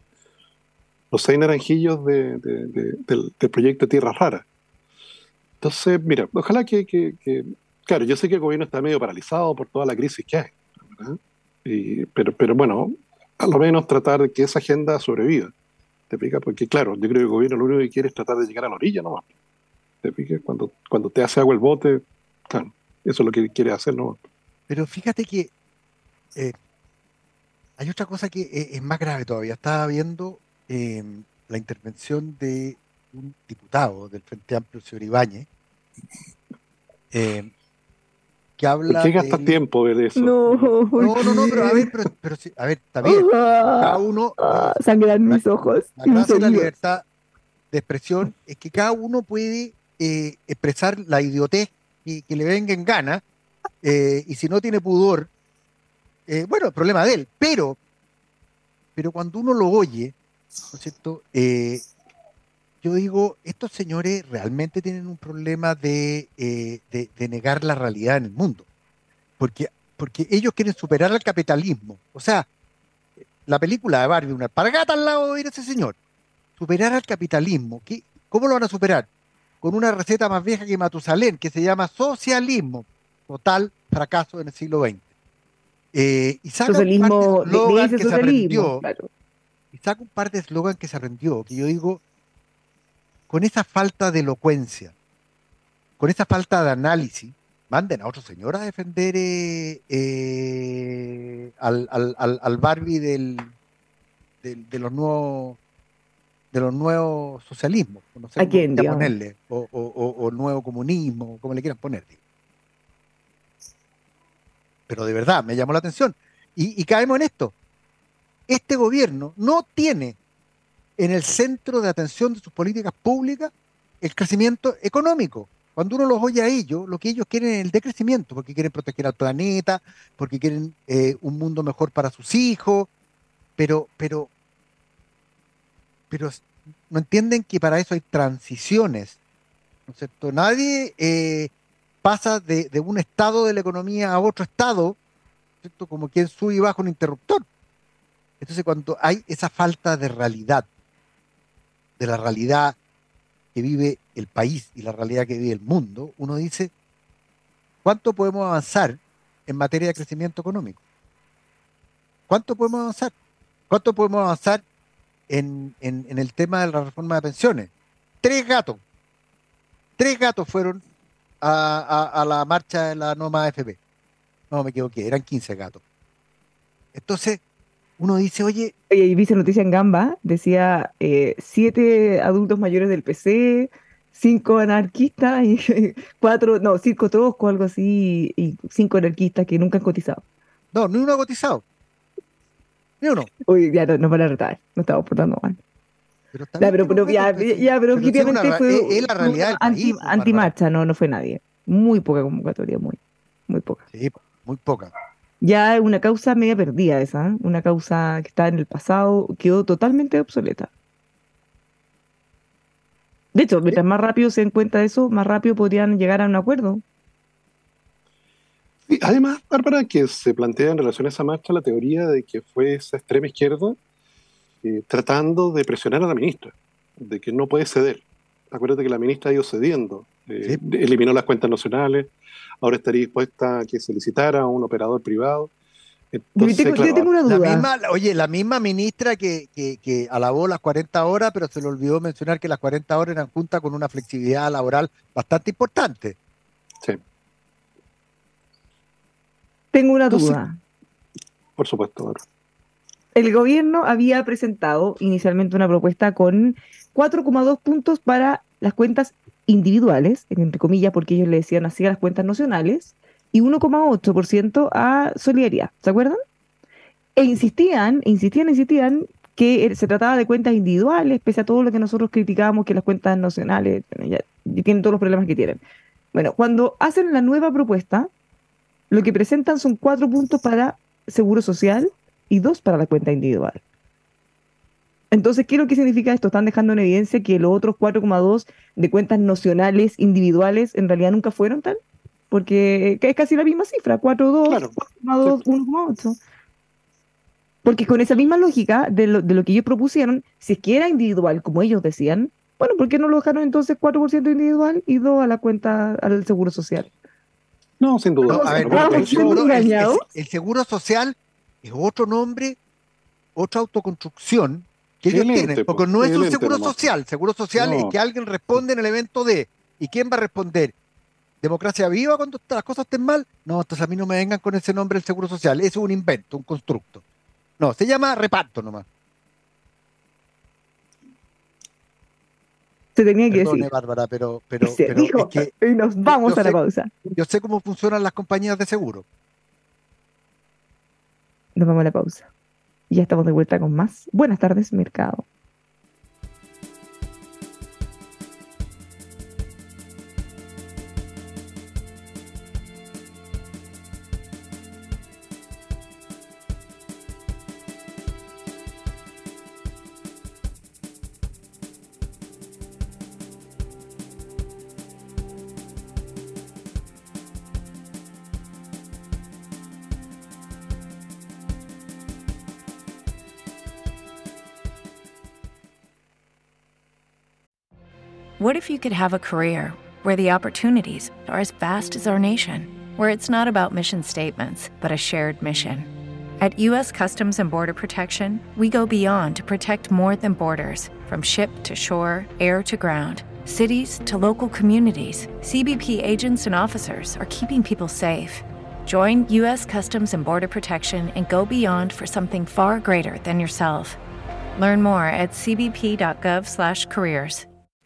Los seis naranjillos de, de, de, del, del proyecto Tierra Rara. Entonces, mira, ojalá que, que, que... Claro, yo sé que el gobierno está medio paralizado por toda la crisis que hay, ¿verdad? Y, pero, pero bueno, a lo menos tratar de que esa agenda sobreviva. ¿Te fijas? Porque claro, yo creo que el gobierno lo único que quiere es tratar de llegar a la orilla nomás. ¿Te fijas? Cuando, cuando te hace agua el bote, claro, eso es lo que quiere hacer nomás. Pero fíjate que eh, hay otra cosa que es, es más grave todavía. Estaba viendo eh, la intervención de un diputado del Frente Amplio, el señor Ibáñez, eh, que habla ¿Por qué gastas del... tiempo de eso? No, No, no, no, pero a ver, pero, pero sí, a ver, está bien. Cada uno, Ah, sangran mis ojos. la gracia de la mis oídos. libertad de expresión es que cada uno puede eh, expresar la idiotez que, que le venga en gana, eh, y si no tiene pudor, eh, bueno, el problema de él, pero, pero cuando uno lo oye, ¿no es cierto? Eh, yo digo, estos señores realmente tienen un problema de, eh, de, de negar la realidad en el mundo, porque, porque ellos quieren superar al capitalismo. O sea, la película de Barbie, una alpargata al lado de ese señor. Superar al capitalismo. ¿Qué, ¿Cómo lo van a superar? Con una receta más vieja que Matusalén, que se llama socialismo. Total fracaso en el siglo veinte. Eh, y saca Socialismo, un par de le, le eslogan dice que se socialismo, aprendió, claro. y saca un par de eslogan que se aprendió, que yo digo, con esa falta de elocuencia, con esa falta de análisis, manden a otro señor a defender eh, eh, al, al, al, al Barbie del, del, de los nuevos de los nuevos socialismos, no sé ¿A cómo quién, ya digamos? ponerle, o, o, o, o nuevo comunismo, como le quieran poner. Digo. Pero de verdad, me llamó la atención. Y, y caemos en esto. Este gobierno no tiene en el centro de atención de sus políticas públicas el crecimiento económico. Cuando uno los oye a ellos, lo que ellos quieren es el decrecimiento, porque quieren proteger al planeta, porque quieren eh, un mundo mejor para sus hijos, pero, pero, pero no entienden que para eso hay transiciones, ¿no es cierto? Nadie eh, pasa de, de un estado de la economía a otro estado, ¿cierto? Como quien sube y baja un interruptor. Entonces, cuando hay esa falta de realidad, de la realidad que vive el país y la realidad que vive el mundo, uno dice, ¿cuánto podemos avanzar en materia de crecimiento económico? ¿Cuánto podemos avanzar? ¿Cuánto podemos avanzar en, en, en el tema de la reforma de pensiones? Tres gatos. Tres gatos fueron a, a, a la marcha de la Noma A F P. No, me equivoqué, eran quince gatos. Entonces, uno dice, oye... Oye, y vi esa noticia en Gamba, decía eh, siete adultos mayores del P C, cinco anarquistas y cuatro, no, cinco troscos, algo así, y cinco anarquistas que nunca han cotizado. No, ni uno ha cotizado. Ni uno. Oye, ya no, no van a retar, no estamos portando mal. Pero, está Ya, bien pero, que pero, no ya, voten, pero sí, ya, pero pero sí es objetivamente una ra- fue es- es la realidad del anti, país, pues, Bárbara. anti-marcha, no, no fue nadie. Muy poca convocatoria, muy, muy poca. Sí, muy poca. Ya es una causa media perdida esa, ¿eh? Una causa que está en el pasado, quedó totalmente obsoleta. De hecho, mientras más rápido se den cuenta de eso, más rápido podrían llegar a un acuerdo. Y además, Bárbara, que se plantea en relación a esa marcha la teoría de que fue esa extrema izquierda eh, tratando de presionar a la ministra, de que no puede ceder. Acuérdate que la ministra ha ido cediendo, eh, Sí. eliminó las cuentas nacionales, ahora estaría dispuesta a que se licitara a un operador privado. Yo Entonces, tengo, yo claro, tengo una La duda. misma, oye, la misma ministra que, que, que alabó las cuarenta horas, pero se le olvidó mencionar que las cuarenta horas eran juntas con una flexibilidad laboral bastante importante. sí, Tengo una Entonces- duda. por supuesto. Bárbara. El gobierno había presentado inicialmente una propuesta con cuatro coma dos puntos para las cuentas individuales, entre comillas, porque ellos le decían así a las cuentas nacionales, y uno coma ocho por ciento a solidaridad, ¿se acuerdan? E insistían, insistían, insistían que eh, se trataba de cuentas individuales, pese a todo lo que nosotros criticábamos, que las cuentas nacionales bueno, ya, ya tienen todos los problemas que tienen. Bueno, cuando hacen la nueva propuesta, lo que presentan son cuatro puntos para seguro social y dos para la cuenta individual. Entonces, ¿qué es lo que significa esto? Están dejando en evidencia que los otros cuatro coma dos de cuentas nacionales individuales en realidad nunca fueron tal, porque es casi la misma cifra, cuatro coma dos, Claro, cuatro coma dos, uno coma ocho. Porque con esa misma lógica de lo, de lo que ellos propusieron, si es que era individual, como ellos decían, bueno, ¿por qué no lo dejaron entonces cuatro por ciento individual y dos a la cuenta, al seguro social? No, sin duda. No, a ver, Vamos, el, ¿estamos seguro, el- el- engañados? el seguro social es otro nombre, otra autoconstrucción que Es ellos el ente, tienen, po, porque no es es el un ente seguro nomás. social. Seguro social No. es que alguien responde en el evento de. ¿Y quién va a responder? ¿Democracia viva cuando las cosas estén mal? No, entonces a mí no me vengan con ese nombre el seguro social. Eso es un invento, un constructo. No, se llama reparto nomás. Se tenía que Perdone, decir. Bárbara, pero, pero, Y se pero dijo, es que y nos vamos yo a la sé- pausa. yo sé cómo funcionan las compañías de seguro. Nos vamos a la pausa. Y ya estamos de vuelta con más. Buenas tardes, mercado. What if you could have a career where the opportunities are as vast as our nation, where it's not about mission statements, but a shared mission? At U S Customs and Border Protection, we go beyond to protect more than borders, from ship to shore, air to ground, cities to local communities. C B P agents and officers are keeping people safe. Join U S Customs and Border Protection and go beyond for something far greater than yourself. Learn more at c b p dot gov slash careers.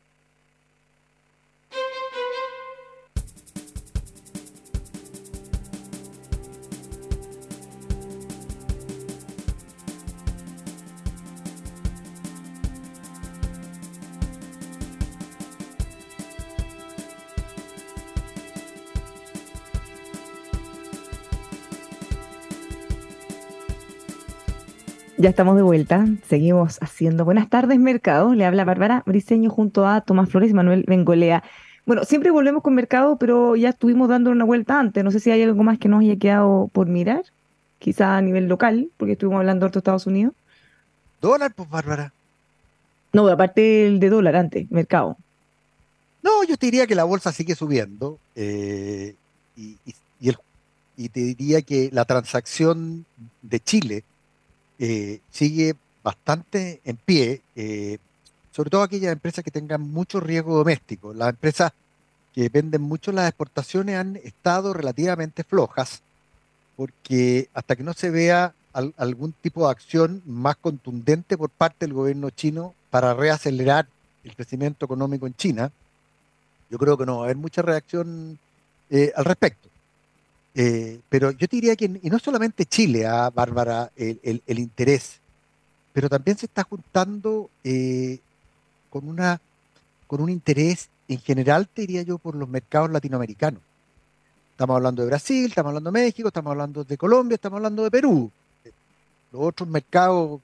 Ya estamos de vuelta, seguimos haciendo Buenas tardes Mercado. Le habla Bárbara Briceño junto a Tomás Flores y Manuel Bengolea. Bueno, siempre volvemos con Mercado, pero ya estuvimos dando una vuelta antes. No sé si hay algo más que nos haya quedado por mirar, quizá a nivel local, porque estuvimos hablando de Estados Unidos. Dólar, pues, Bárbara. No, aparte el de dólar antes, Mercado. No, yo te diría que la bolsa sigue subiendo eh, y, y, y, el, y te diría que la transacción de Chile Eh, sigue bastante en pie, eh, sobre todo aquellas empresas que tengan mucho riesgo doméstico. Las empresas que dependen mucho de las exportaciones han estado relativamente flojas, porque hasta que no se vea al, algún tipo de acción más contundente por parte del gobierno chino para reacelerar el crecimiento económico en China, yo creo que no va a haber mucha reacción eh, al respecto. Eh, pero yo te diría que, y no solamente Chile, ah, Bárbara, el, el, el interés, pero también se está juntando eh, con, una, con un interés en general, te diría yo, por los mercados latinoamericanos. Estamos hablando de Brasil, estamos hablando de México, estamos hablando de Colombia, estamos hablando de Perú. Los otros mercados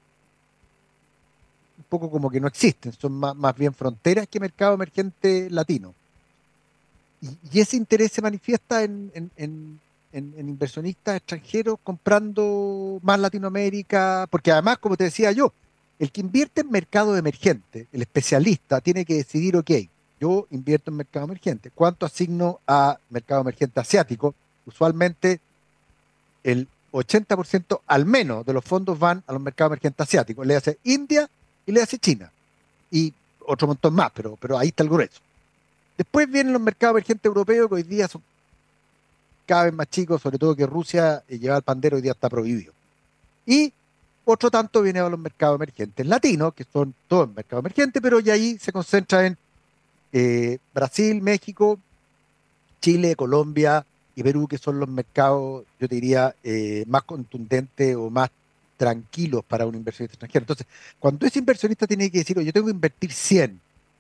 un poco como que no existen, son más, más bien fronteras que mercado emergente latino. Y, y ese interés se manifiesta en... en, en En, en inversionistas extranjeros comprando más Latinoamérica, porque además, como te decía yo, el que invierte en mercado emergente, el especialista, tiene que decidir, ok, yo invierto en mercado emergente, ¿cuánto asigno a mercado emergente asiático? Usualmente el ochenta por ciento al menos de los fondos van a los mercados emergentes asiáticos, le hace India y le hace China, y otro montón más, pero, pero ahí está el grueso. Después vienen los mercados emergentes europeos, que hoy día son cada vez más chicos, sobre todo que Rusia eh, lleva el pandero, hoy día está prohibido. Y otro tanto viene a los mercados emergentes latinos, que son todos mercados emergentes, pero ya ahí se concentra en eh, Brasil, México, Chile, Colombia y Perú, que son los mercados, yo te diría, eh, más contundentes o más tranquilos para un inversionista extranjero. Entonces, cuando ese inversionista tiene que decir, oye, yo tengo que invertir cien,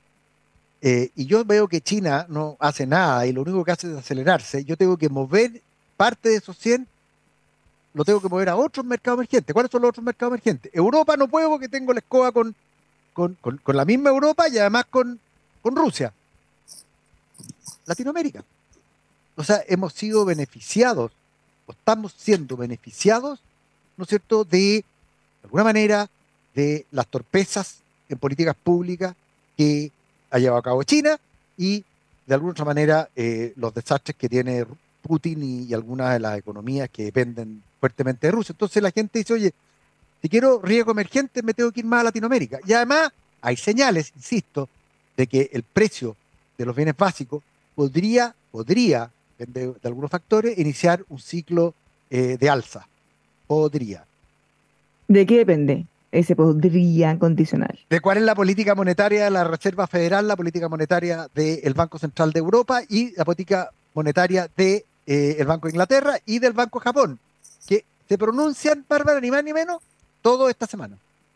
Eh, y yo veo que China no hace nada y lo único que hace es acelerarse, yo tengo que mover parte de esos cien, lo tengo que mover a otros mercados emergentes. ¿Cuáles son los otros mercados emergentes? Europa no puedo porque tengo la escoba con, con, con, con la misma Europa y además con, con Rusia. Latinoamérica. O sea, hemos sido beneficiados, o estamos siendo beneficiados, ¿no es cierto?, de, de alguna manera, de las torpezas en políticas públicas que ha llevado a cabo China y de alguna otra manera eh, los desastres que tiene Putin y, y algunas de las economías que dependen fuertemente de Rusia. Entonces la gente dice, oye, si quiero riesgo emergente me tengo que ir más a Latinoamérica. Y además hay señales, insisto, de que el precio de los bienes básicos podría, podría, depende de algunos factores, iniciar un ciclo eh, de alza. Podría. ¿De qué depende ese podría condicional? De cuál es la política monetaria de la Reserva Federal, la política monetaria del Banco Central de Europa y la política monetaria del de, eh, Banco de Inglaterra y del Banco de Japón, que se pronuncian, Bárbara, ni más ni menos, todo esta semana.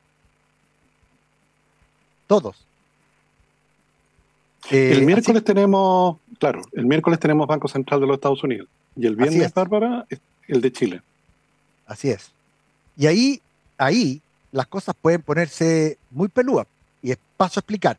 Todos. Eh, el miércoles así, tenemos, claro, el miércoles tenemos Banco Central de los Estados Unidos y el viernes, Bárbara, el de Chile. Así es. Y ahí, ahí las cosas pueden ponerse muy pelúas y es paso a explicar.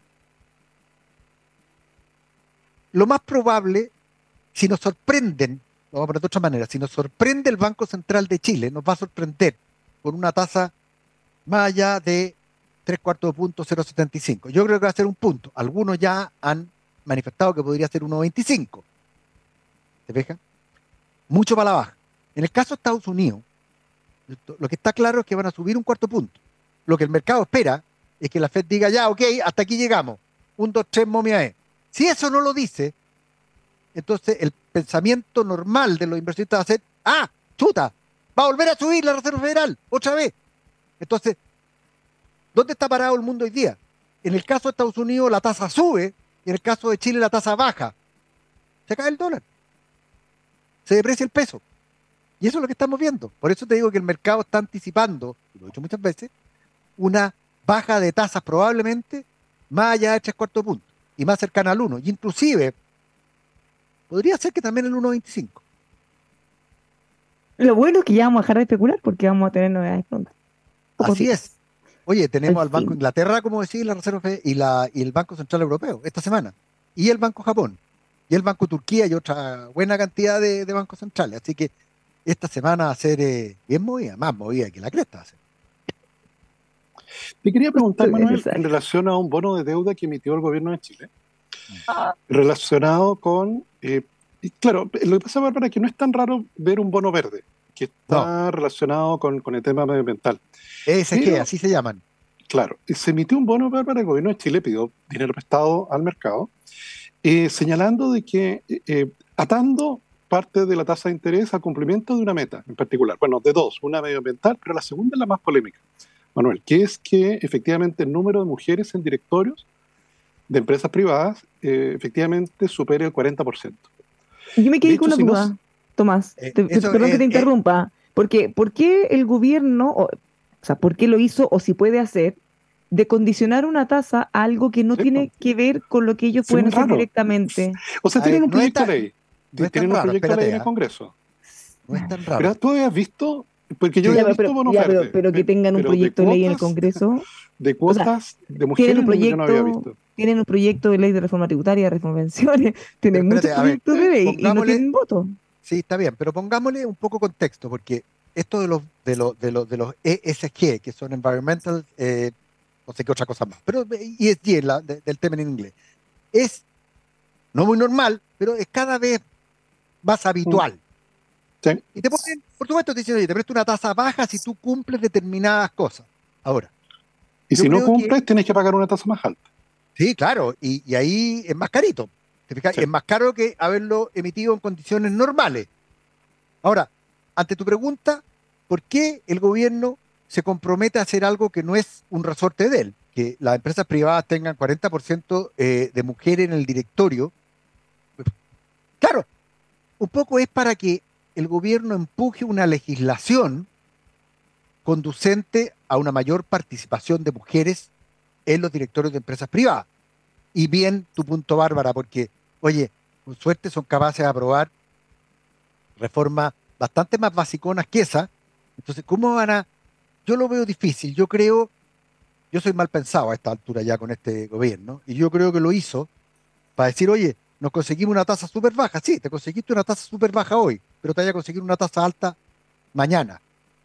Lo más probable, si nos sorprenden, lo vamos a poner de otra manera, si nos sorprende el Banco Central de Chile, nos va a sorprender con una tasa más allá de tres cuartos de punto, cero coma setenta y cinco. Yo creo que va a ser un punto. Algunos ya han manifestado que podría ser uno veinticinco. ¿Te fijas? Mucho para la baja. En el caso de Estados Unidos, lo que está claro es que van a subir un cuarto punto. Lo que el mercado espera es que la Fed diga, ya, ok, hasta aquí llegamos. Un, dos, tres, momia es. Si eso no lo dice, entonces el pensamiento normal de los inversionistas va a ser, ah, chuta, va a volver a subir la Reserva Federal, otra vez. Entonces, ¿dónde está parado el mundo hoy día? En el caso de Estados Unidos la tasa sube, y en el caso de Chile la tasa baja. Se cae el dólar. Se deprecia el peso. Y eso es lo que estamos viendo. Por eso te digo que el mercado está anticipando, y lo he dicho muchas veces, una baja de tasas probablemente más allá de tres cuartos puntos y más cercana al uno. Y inclusive podría ser que también el uno veinticinco. Lo bueno es que ya vamos a dejar de especular porque vamos a tener novedades pronto. Así es. Oye, tenemos Al al Banco fin. de Inglaterra, como decía, la Reserva Federal y, la, y el Banco Central Europeo esta semana. Y el Banco Japón. Y el Banco Turquía y otra buena cantidad de, de bancos centrales. Así que esta semana va a ser eh, bien movida, más movida que la cresta. Va a ser. Te quería preguntar, Esto es Manuel, necesario. en relación a un bono de deuda que emitió el gobierno de Chile, relacionado con... eh, y claro, lo que pasa, Bárbara, es que no es tan raro ver un bono verde, que está relacionado con, con el tema medioambiental. E S G, Pero- así se llaman. Claro, y se emitió un bono, Bárbara, el gobierno de Chile pidió dinero prestado al mercado, eh, señalando de que, eh, atando parte de la tasa de interés al cumplimiento de una meta en particular. Bueno, de dos, una medioambiental, pero la segunda es la más polémica, Manuel, que es que efectivamente el número de mujeres en directorios de empresas privadas eh, efectivamente supere el cuarenta por ciento. Yo me quedé De con hecho, una si no duda, s- Tomás. Eh, te- te- eso perdón es- que te eh, interrumpa. Porque, ¿por qué el gobierno, o, o sea, por qué lo hizo o si puede hacer, de condicionar una tasa a algo que no Sí, tiene po. que ver con lo que ellos Sí, pueden muy hacer raro. directamente? O sea, A tienen ver, un no es proyecto de tan- ley, no es tan tienen un raro, proyecto de ley espérate, en el ¿ah? Congreso. No es tan raro. Pero tú habías visto, porque yo Ya, había pero, visto bonos ya, pero, verdes, pero que pe- tengan un pero de proyecto de ley en el cuotas- Congreso. de O sea, cuotas de Tienen mujeres un no, yo no había proyecto, visto. tienen un proyecto de ley de reforma tributaria, de reforma de pensiones, tienen Pero muchos espérate, a ver, proyectos de ley y no pongámosle- tienen voto. Sí, está bien, pero pongámosle un poco contexto, porque esto de los de los de los de los E S G, que son environmental, eh, no sé qué otra cosa más, pero E S G, la, de- del tema en inglés, es no muy normal, pero es cada vez más habitual. Sí. Y te ponen, por supuesto, te dicen, oye, te presto una tasa baja si tú cumples determinadas cosas. Ahora, Y Yo si no creo que- cumples, tienes que pagar una tasa más alta. sí, claro, y, y ahí es más carito. ¿Te fijas? Sí. Es más caro que haberlo emitido en condiciones normales. Ahora, ante tu pregunta, ¿por qué el gobierno se compromete a hacer algo que no es un resorte de él? Que las empresas privadas tengan cuarenta por ciento eh, de mujeres en el directorio. Claro, un poco es para que el gobierno empuje una legislación conducente a una mayor participación de mujeres en los directorios de empresas privadas. Y bien tu punto, Bárbara, porque, oye, con suerte son capaces de aprobar reformas bastante más basiconas que esa. Entonces, ¿cómo van a...? Yo lo veo difícil. Yo creo, yo soy mal pensado a esta altura ya con este gobierno, y yo creo que lo hizo para decir, oye, nos conseguimos una tasa súper baja. Sí, te conseguiste una tasa súper baja hoy, pero te vaya a conseguir una tasa alta mañana.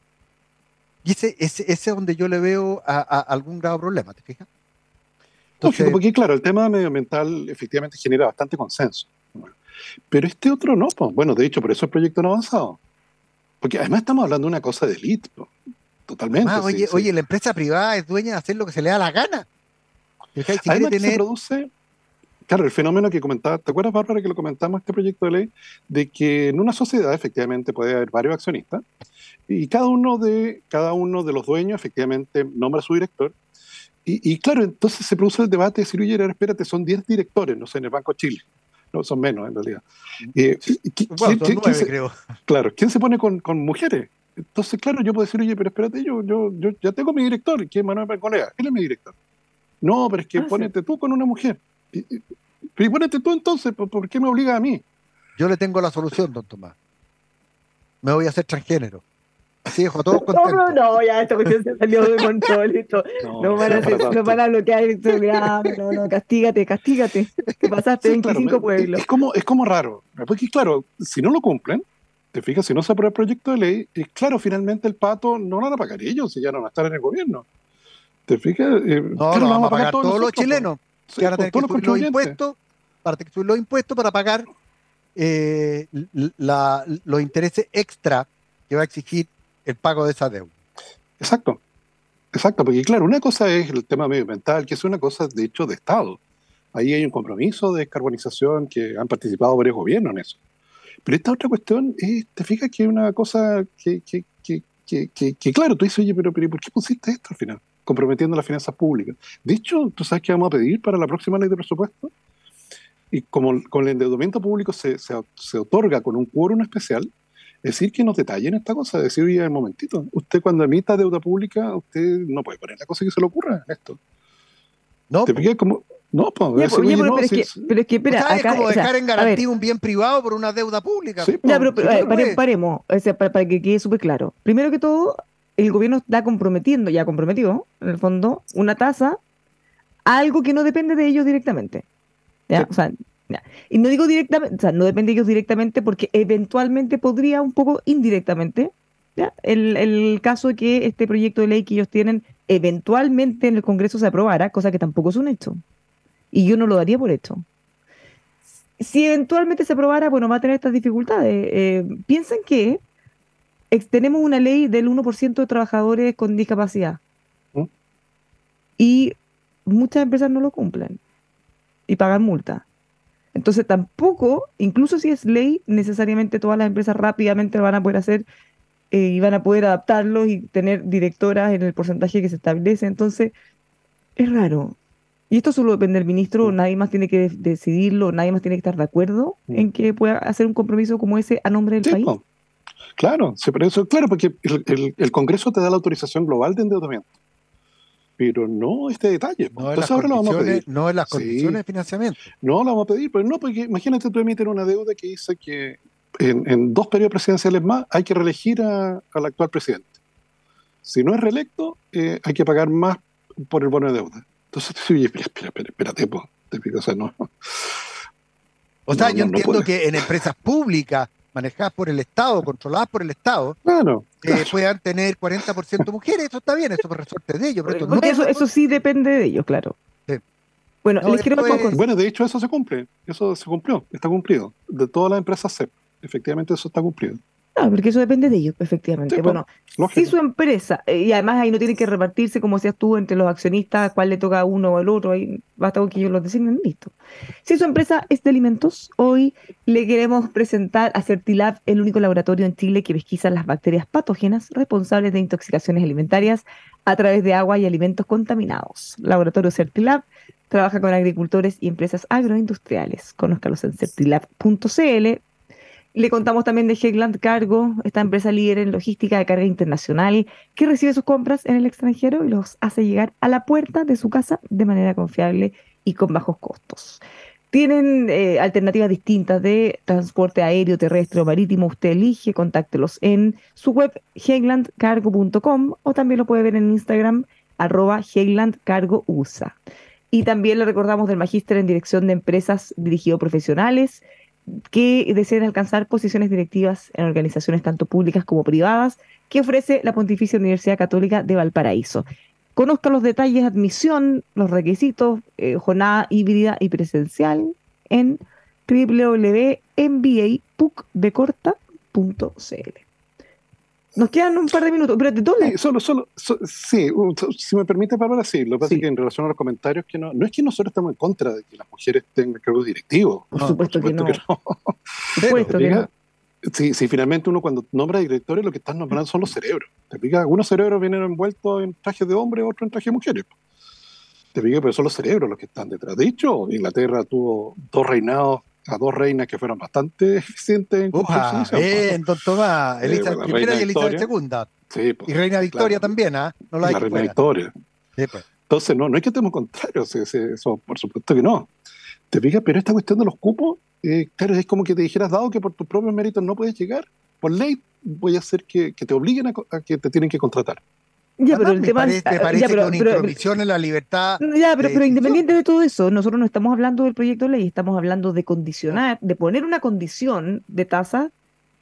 Y ese, ese, ese es donde yo le veo a, a algún grado de problema, ¿te fijas? Lógico, porque claro, el tema medioambiental efectivamente genera bastante consenso. Bueno, pero este otro no, po. Bueno, de hecho, por eso el proyecto no ha avanzado. Porque además estamos hablando de una cosa de élite, po. Totalmente. Ah, sí, oye, sí. oye, la empresa privada es dueña de hacer lo que se le da la gana. ¿Te fijas? Si quiere Además que se tener... produce, claro, el fenómeno que comentaba, ¿te acuerdas, Bárbara, que lo comentamos este proyecto de ley? De que en una sociedad efectivamente puede haber varios accionistas y cada uno de, cada uno de los dueños efectivamente nombra a su director. Y, y claro, entonces se produce el debate de decir, oye, ahora espérate, son diez directores, no sé, en el Banco de Chile. No, son menos en realidad. Eh, ¿qui- Bueno, quién- son quién- quién nueve, se- creo. Claro, ¿quién se pone con, con mujeres? Entonces, claro, yo puedo decir, oye, pero espérate, yo, yo, yo ya tengo mi director, que es Manuel Bencolea, él es mi director. No, pero es que Ah, sí. ponete tú con una mujer. Y, y- pero y ponete tú entonces, ¿por, por qué me obliga a mí? Yo le tengo la solución, don Tomás. Me voy a hacer transgénero. Así dejo a todos No, contentos. no, no, ya esta cuestión se salió de control. Esto. No van a, sea para hacer- no tanto. van a bloquear el programa, no, no, castígate, castígate. Que pasaste Sí, claro, veinticinco es- pueblos. Es como, es como raro. Porque, claro, si no lo cumplen, te fijas, si no se aprueba el proyecto de ley, es claro, finalmente el pato no lo van a pagar ellos, si ya no van a estar en el gobierno. ¿Te fijas? Eh, No, claro, lo vamos a pagar todos los nosotros, chilenos. po. Sí, Que van a po, tener que todos los subir los contribuyentes. impuestos para tener que subir los impuestos para pagar eh, la, los intereses extra que va a exigir el pago de esa deuda. Exacto, exacto, porque claro, una cosa es el tema medioambiental, que es una cosa de hecho de Estado. Ahí hay un compromiso de descarbonización que han participado varios gobiernos en eso. Pero esta otra cuestión, es, te fijas que es una cosa que, que, que, que, que, que claro, tú dices, oye, pero, pero ¿por qué pusiste esto al final? Comprometiendo las finanzas públicas. De hecho, ¿tú sabes qué vamos a pedir para la próxima ley de presupuesto? Y como con el endeudamiento público se, se, se otorga con un quórum especial, es decir, que nos detallen esta cosa, decir, oye, un momentito, usted cuando emita deuda pública, usted no puede poner la cosa que se le ocurra en esto. No, ¿Te fijas como...? No, pues, Ya, decir, oye, oye, pero, no, pero, sí, es que, sí. pero es que, espera, o sea, es acá, como o sea, dejar en a ver, garantía un bien privado por una deuda pública. Sí, ya, pero, sí, a ver, no pare- puede. paremos, o sea, para, para que quede súper claro. Primero que todo, el gobierno está comprometiendo, ya comprometió, en el fondo, una tasa a algo que no depende de ellos directamente. ¿Ya? Sí. O sea, ya. Y no digo directamente, o sea, no depende de ellos directamente porque eventualmente podría un poco indirectamente, ¿ya? El, el caso de que este proyecto de ley que ellos tienen eventualmente en el Congreso se aprobara, cosa que tampoco es un hecho. Y yo no lo daría por hecho. Si eventualmente se aprobara, bueno, va a tener estas dificultades. Eh, piensen que ex- tenemos una ley del uno por ciento de trabajadores con discapacidad ¿Mm? y muchas empresas no lo cumplen y pagan multa. Entonces tampoco, incluso si es ley, necesariamente todas las empresas rápidamente lo van a poder hacer eh, y van a poder adaptarlos y tener directoras en el porcentaje que se establece. Entonces, es raro. Y esto solo depende del ministro, Mm. nadie más tiene que de- decidirlo, nadie más tiene que estar de acuerdo Mm. en que pueda hacer un compromiso como ese a nombre del Sí, país. po. Claro, sí, pero eso, claro, porque el, el- el Congreso te da la autorización global de endeudamiento, pero no este detalle. po. No en las Entonces ahora lo vamos a condiciones, pedir. no en las Sí. condiciones de financiamiento. No lo vamos a pedir, pero no, porque imagínate tú emites una deuda que dice que en, en dos periodos presidenciales más hay que reelegir a- al actual presidente. Si no es reelecto, eh, hay que pagar más por el bono de deuda. Entonces, oye, espera, espera, espera, espérate, po. Te pico, o sea, no. O sea, No, yo no, no entiendo puede. que en empresas públicas manejadas por el Estado, controladas por el Estado, Claro, eh, claro. puedan tener cuarenta por ciento mujeres, eso está bien, eso por resorte de ellos, pero esto no Porque es eso, eso resorte. sí depende de ellos, claro. Sí. Bueno, No, les quiero esto contar es- cosas. Bueno, de hecho eso se cumple, eso se cumplió, está cumplido. De todas las empresas C E P, efectivamente eso está cumplido. Ah, porque eso depende de ellos, efectivamente. Sí, po, Bueno, lógico. si su empresa, eh, y además ahí no tiene que repartirse, como decías tú, entre los accionistas, cuál le toca a uno o al otro, ahí basta con que ellos los designen, listo. Si su empresa es de alimentos, hoy le queremos presentar a Certilab, el único laboratorio en Chile que pesquisa las bacterias patógenas responsables de intoxicaciones alimentarias a través de agua y alimentos contaminados. Laboratorio Certilab trabaja con agricultores y empresas agroindustriales. Conózcalos en certilab punto c l. Le contamos también de Hegland Cargo, esta empresa líder en logística de carga internacional que recibe sus compras en el extranjero y los hace llegar a la puerta de su casa de manera confiable y con bajos costos. Tienen eh, alternativas distintas de transporte aéreo, terrestre o marítimo. Usted elige, contáctelos en su web hegland cargo punto com o también lo puede ver en Instagram, arroba hegland cargo u s a. Y también le recordamos del Magíster en Dirección de Empresas dirigido a profesionales que deseen alcanzar posiciones directivas en organizaciones tanto públicas como privadas que ofrece la Pontificia Universidad Católica de Valparaíso. Conozca los detalles de admisión, los requisitos, eh, jornada híbrida y presencial en w w w punto m b a puc b corta punto c l. Nos quedan un par de minutos, pero de todo Sí, solo, solo, so- sí, uh, so- si me permite, Bárbara, sí. Lo que pasa Sí. es que en relación a los comentarios, que no, no es que nosotros estamos en contra de que las mujeres tengan cargos directivos. Por No, supuesto que no. que no. Por supuesto ¿Te que fijas? no. Sí, sí, finalmente uno cuando nombra directores lo que están nombrando son los cerebros. ¿Te fijas? Algunos cerebros vienen envueltos en trajes de hombre, otros en trajes de mujeres. ¿Te fijas? Pero son los cerebros los que están detrás. De hecho, Inglaterra tuvo dos reinados a dos reinas que fueron bastante eficientes en cumplir su Uja, misión. bien, don Tomás, Eh, Elizabeth la primera reina y Elizabeth Victoria. segunda. Sí, pues, Y Reina Victoria claro. también, ¿ah? No la La hay que reina fuera. Victoria. Sí, pues. Entonces, no, no es que estemos contrarios, sí, sí, eso por supuesto que no. ¿Te fijas? Pero esta cuestión de los cupos, eh, claro, es como que te dijeras, dado que por tus propios méritos no puedes llegar, por ley voy a hacer que, que te obliguen a, co- a que te tienen que contratar. Ya, pero Además, el me tema parece, me ah, parece ya, pero- que una pero- intromisión en la libertad. Ya, pero, de pero decisión. independiente de todo eso, nosotros no estamos hablando del proyecto de ley, estamos hablando de condicionar, de poner una condición de tasa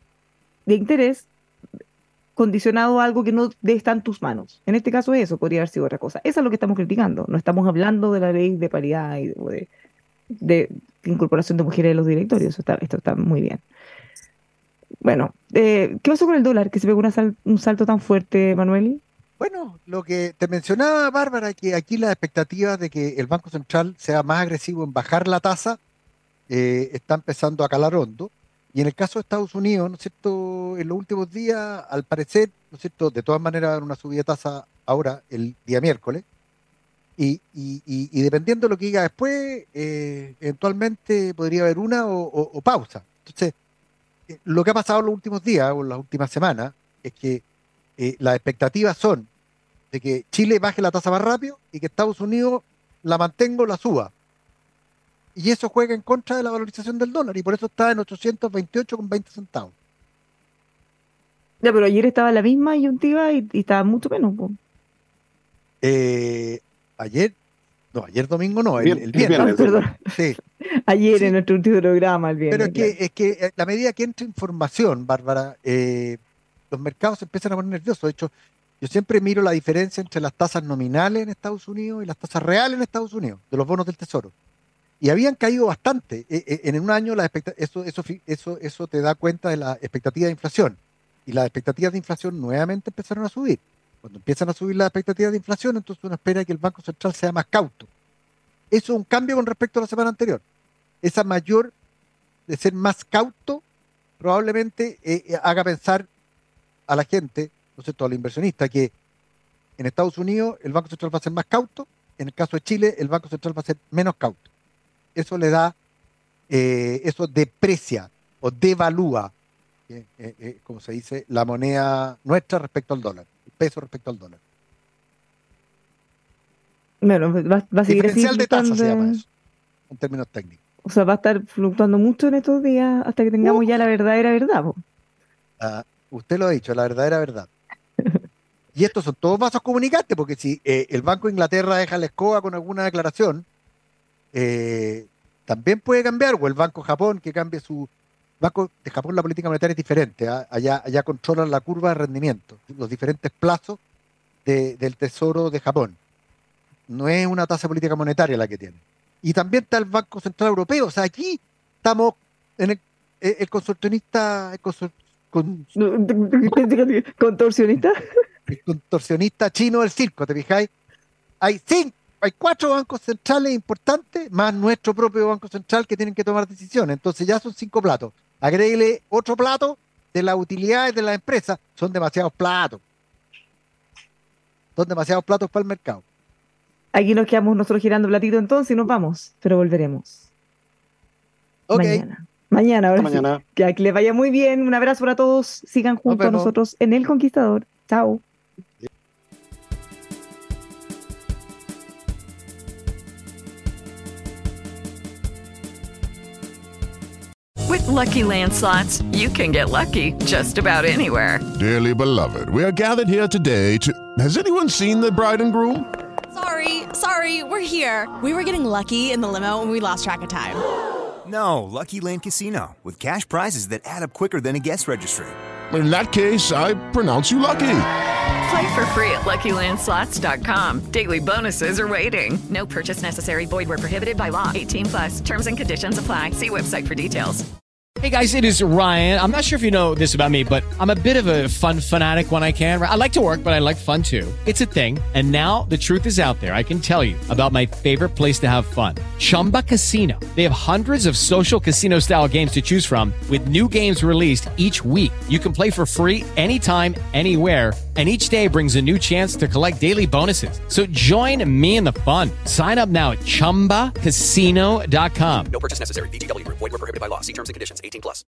de interés condicionado a algo que no de- está en tus manos. En este caso eso podría haber sido otra cosa. Eso es lo que estamos criticando. No estamos hablando de la ley de paridad y de, o de- de incorporación de mujeres en los directorios. Eso está, esto está muy bien. Bueno, eh, ¿qué pasó con el dólar? Que se pegó una sal, un salto tan fuerte, Manuel. Bueno, lo que te mencionaba, Bárbara, que aquí las expectativas de que el Banco Central sea más agresivo en bajar la tasa eh, está empezando a calar hondo. Y en el caso de Estados Unidos, ¿no es cierto?, en los últimos días, al parecer, ¿no es cierto?, de todas maneras, va a haber una subida de tasa ahora, el día miércoles. Y, y, y, y dependiendo de lo que diga después, eh, eventualmente podría haber una o, o, o pausa. Entonces, eh, lo que ha pasado en los últimos días o en las últimas semanas es que eh, las expectativas son de que Chile baje la tasa más rápido y que Estados Unidos la mantenga o la suba. Y eso juega en contra de la valorización del dólar y por eso está en ochocientos veintiocho con veinte centavos. Ya, pero ayer estaba la misma disyuntiva y, y estaba mucho menos. Po. Eh, ayer, no, ayer domingo no, el, Bien, el viernes. el Ah, perdón. Sí. Ayer Sí. en nuestro último programa, el viernes. Pero es que, claro. es que a la medida que entra información, Bárbara, eh, los mercados se empiezan a poner nerviosos. De hecho, yo siempre miro la diferencia entre las tasas nominales en Estados Unidos y las tasas reales en Estados Unidos, de los bonos del Tesoro. Y habían caído bastante. Eh, eh, en un año la expecta- eso, eso, fi- eso, eso te da cuenta de la expectativa de inflación. Y las expectativas de inflación nuevamente empezaron a subir. Cuando empiezan a subir las expectativas de inflación, entonces uno espera que el Banco Central sea más cauto. Eso es un cambio con respecto a la semana anterior. Esa mayor de ser más cauto probablemente eh, eh, haga pensar a la gente, ¿no es cierto?, al inversionista, que en Estados Unidos el Banco Central va a ser más cauto, en el caso de Chile el Banco Central va a ser menos cauto. Eso le da, eh, eso deprecia o devalúa, eh, eh, eh, como se dice, la moneda nuestra respecto al dólar, el peso respecto al dólar. Bueno, va, va a seguir así Diferencial de tasa se fluctuando. llama eso, en términos técnicos. O sea, va a estar fluctuando mucho en estos días hasta que tengamos ya la verdadera verdad. Po. Ah, usted lo ha dicho, la verdadera verdad. Y estos son todos vasos comunicantes, porque si eh, el Banco de Inglaterra deja la escoba con alguna declaración, eh, también puede cambiar, o el Banco de Japón que cambie su... Banco de Japón la política monetaria es diferente, ¿ah? allá, allá controlan la curva de rendimiento, los diferentes plazos de- del Tesoro de Japón. No es una tasa política monetaria la que tiene. Y también está el Banco Central Europeo, o sea, aquí estamos en el, el, el consorcionista, el, consor- con- ¿Contorsionista? el contorsionista chino del circo, ¿te fijáis? Hay cinco, hay cuatro bancos centrales importantes, más nuestro propio Banco Central que tienen que tomar decisiones. Entonces ya son cinco platos. Agréguele otro plato de las utilidades de las empresas. Son demasiados platos. Son demasiados platos para el mercado. Aquí nos quedamos nosotros girando platito entonces y nos vamos, pero volveremos Ok, mañana. Mañana, ahora Hasta sí. mañana. Que, que les vaya muy bien. Un abrazo para todos. Sigan junto a vemos. nosotros en El Conquistador. Chao. With Lucky Land Slots, you can get lucky just about anywhere. Dearly beloved, we are gathered here today to... Has anyone seen the bride and groom? Sorry, sorry, we're here. We were getting lucky in the limo and we lost track of time. No, Lucky Land Casino, with cash prizes that add up quicker than a guest registry. In that case, I pronounce you lucky. Play for free at Lucky Land Slots dot com. Daily bonuses are waiting. No purchase necessary. Void where prohibited by law. eighteen plus. Terms and conditions apply. See website for details. Hey guys, it is Ryan. I'm not sure if you know this about me, but I'm a bit of a fun fanatic when I can. I like to work, but I like fun too. It's a thing. And now the truth is out there. I can tell you about my favorite place to have fun. Chumba Casino. They have hundreds of social casino style games to choose from with new games released each week. You can play for free anytime, anywhere. And each day brings a new chance to collect daily bonuses. So join me in the fun. Sign up now at chumba casino dot com. No purchase necessary. V G W Group. Void where prohibited by law. See terms and conditions. eighteen plus.